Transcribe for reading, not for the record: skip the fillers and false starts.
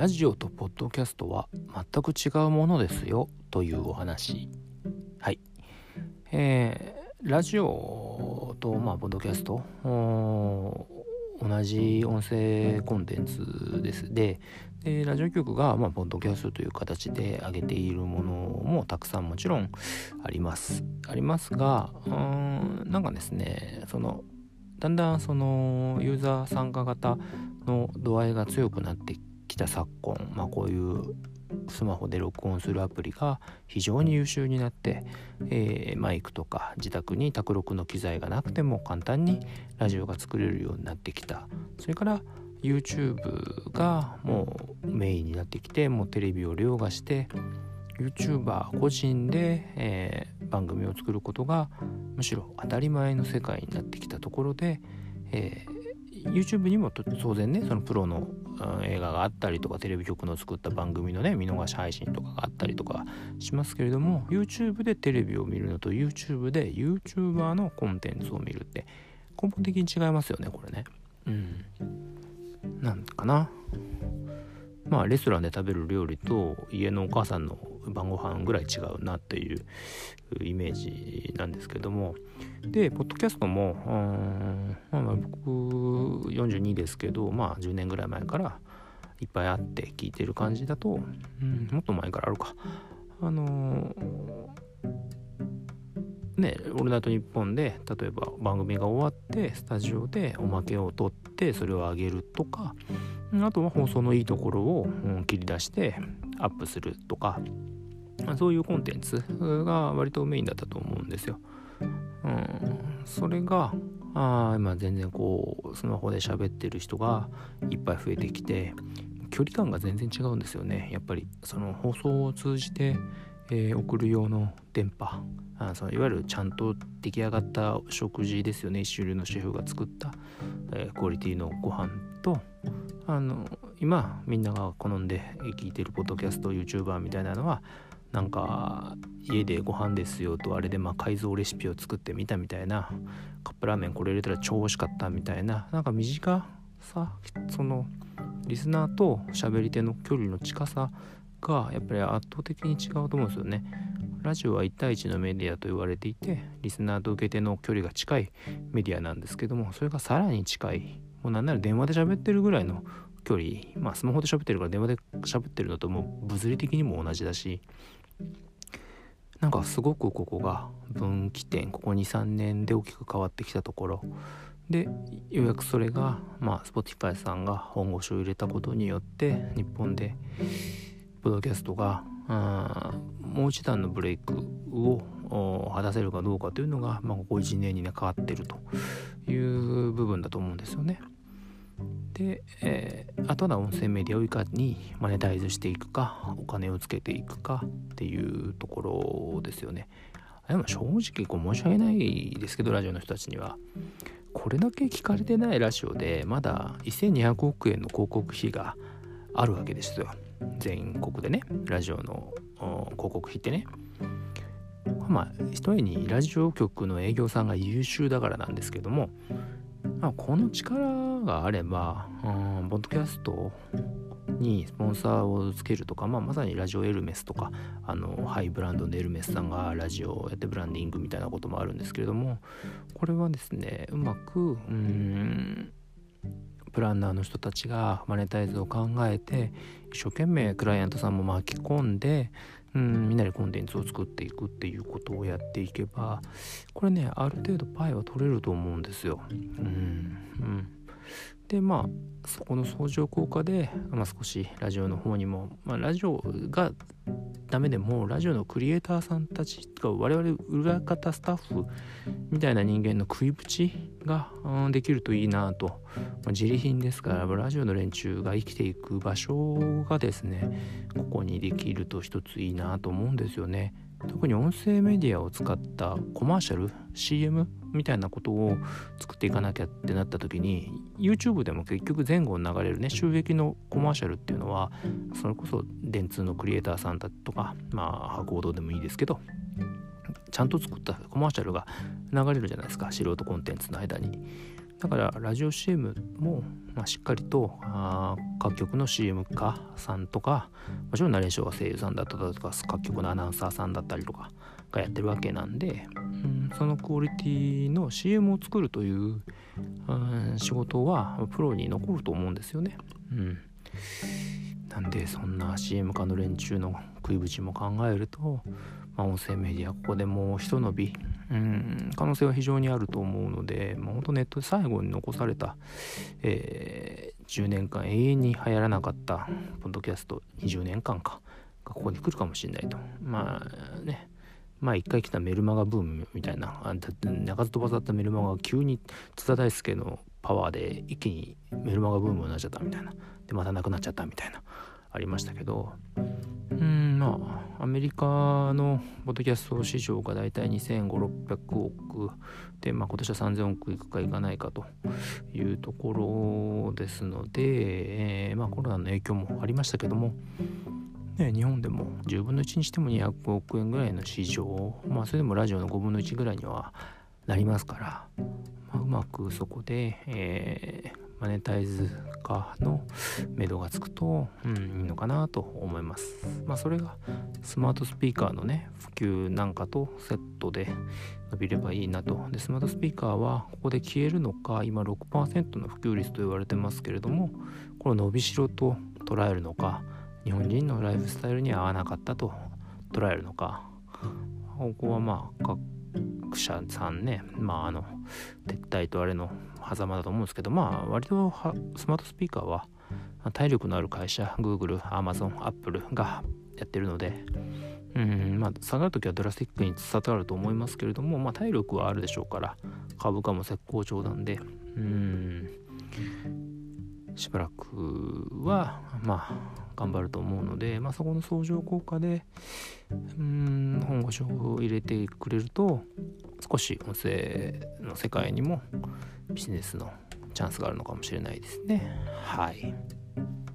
ラジオとポッドキャストは全く違うものですよというお話。はい、ラジオとポッドキャスト同じ音声コンテンツです。でラジオ局がポッドキャストという形で上げているものもたくさんもちろんありますが、なんかですね、だんだんユーザー参加型の度合いが強くなってきた昨今、こういうスマホで録音するアプリが非常に優秀になって、マイクとか自宅に卓録の機材がなくても簡単にラジオが作れるようになってきた。それから YouTube がもうメインになってきて、もうテレビを凌駕して YouTuber 個人で、番組を作ることがむしろ当たり前の世界になってきたところで、YouTube にも当然ね、そのプロの映画があったりとか、テレビ局の作った番組のね見逃し配信とかがあったりとかしますけれども、 YouTube でテレビを見るのと YouTube で YouTuber のコンテンツを見るって根本的に違いますよね、これね。なんかな、レストランで食べる料理と家のお母さんの晩ご飯ぐらい違うなっていうイメージなんですけども、でポッドキャストも僕42ですけど、10年ぐらい前からいっぱいあって聞いてる感じだと、もっと前からあるか、オールナイトニッポンで例えば番組が終わってスタジオでおまけを取ってそれを上げるとか、あとは放送のいいところを切り出してアップするとか、そういうコンテンツが割とメインだったと思うんですよ。それが今全然スマホで喋ってる人がいっぱい増えてきて、距離感が全然違うんですよね。やっぱりその放送を通じて、送る用の電波、いわゆるちゃんと出来上がった食事ですよね。一流のシェフが作った、クオリティのご飯と今みんなが好んで聞いてるポッドキャスト YouTuber みたいなのは、なんか家でご飯ですよとあれで改造レシピを作ってみたみたいな、カップラーメンこれ入れたら超美味しかったみたいな、なんか短さ、そのリスナーと喋り手の距離の近さがやっぱり圧倒的に違うと思うんですよね。ラジオは1対1のメディアと言われていて、リスナーと受け手の距離が近いメディアなんですけども、それがさらに近い、もうなんなら電話で喋ってるぐらいの距離、スマホで喋ってるから電話で喋ってるのともう物理的にも同じだし、なんかすごくここが分岐点、ここ 2,3 年で大きく変わってきたところで、ようやくそれがSpotify さんが本腰を入れたことによって日本でポッドキャストがもう一段のブレイクを果たせるかどうかというのが、ここ1年に変わってるという部分だと思うんですよね。で、あとは音声メディアをいかにマネタイズしていくか、お金をつけていくかっていうところですよね。でも正直申し訳ないですけど、ラジオの人たちにはこれだけ聞かれてないラジオでまだ1200億円の広告費があるわけですよ。全国でね、ラジオの広告費ってね、一重にラジオ局の営業さんが優秀だからなんですけども、この力があればポッドキャストにスポンサーをつけるとか、まさにラジオエルメスとかハイブランドのエルメスさんがラジオをやってブランディングみたいなこともあるんですけれども、これはですね、うまくプランナーの人たちがマネタイズを考えて一生懸命クライアントさんも巻き込んでみんなでコンテンツを作っていくっていうことをやっていけば、これね、ある程度パイは取れると思うんですよ。でそこの相乗効果で、少しラジオの方にも、ラジオがダメでもラジオのクリエイターさんたちが、我々裏方スタッフみたいな人間の食いぶちができるといいなと。自利品ですから、ラジオの連中が生きていく場所がですね、ここにできると一ついいなと思うんですよね。特に音声メディアを使ったコマーシャル CM みたいなことを作っていかなきゃってなった時に、 YouTube でも結局前後に流れるね、収益のコマーシャルっていうのは、それこそ電通のクリエイターさんだとか、博報堂でもいいですけど、ちゃんと作ったコマーシャルが流れるじゃないですか、素人コンテンツの間に。 だからラジオ CM も、しっかりと各局の CM 家さんとか、もちろんナレーションは声優さんだったりとか各局のアナウンサーさんだったりとかがやってるわけなんで、そのクオリティの CM を作るという、仕事はプロに残ると思うんですよね。なんでそんな CM 化の連中の食いぶちも考えると、音声メディアここでもうひと伸び可能性は非常にあると思うので、本当ネットで最後に残された、10年間永遠に流行らなかったポッドキャスト20年間かがここに来るかもしれないと。一回来たメルマガブームみたいな、鳴かず飛ばずだったメルマガが急に津田大介のパワーで一気にメルマガブームになっちゃったみたいな、でまたなくなっちゃったみたいなありましたけど、アメリカのポッドキャスト市場がだいたい2500-600億で、今年は3000億いくかいかないかというところですので、コロナの影響もありましたけども、日本でも10分の1にしても200億円ぐらいの市場、それでもラジオの5分の1ぐらいにはなりますから、うまくそこで、マネタイズ化の目処がつくと、いいのかなと思います。それがスマートスピーカーのね普及なんかとセットで伸びればいいなと。でスマートスピーカーはここで消えるのか、今 6% の普及率と言われてますけれども、この伸びしろと捉えるのか、日本人のライフスタイルに合わなかったと捉えるのか、ここは各社さんね、撤退とあれの狭間だと思うんですけど、割とスマートスピーカーは体力のある会社 Google、Amazon、Apple がやってるので、下がるときはドラスティックに下がると思いますけれども、体力はあるでしょうから、株価も絶好調なんで、しばらくは頑張ると思うので、そこの相乗効果で本腰を入れてくれると、少し音声の世界にもビジネスのチャンスがあるのかもしれないですね。はい。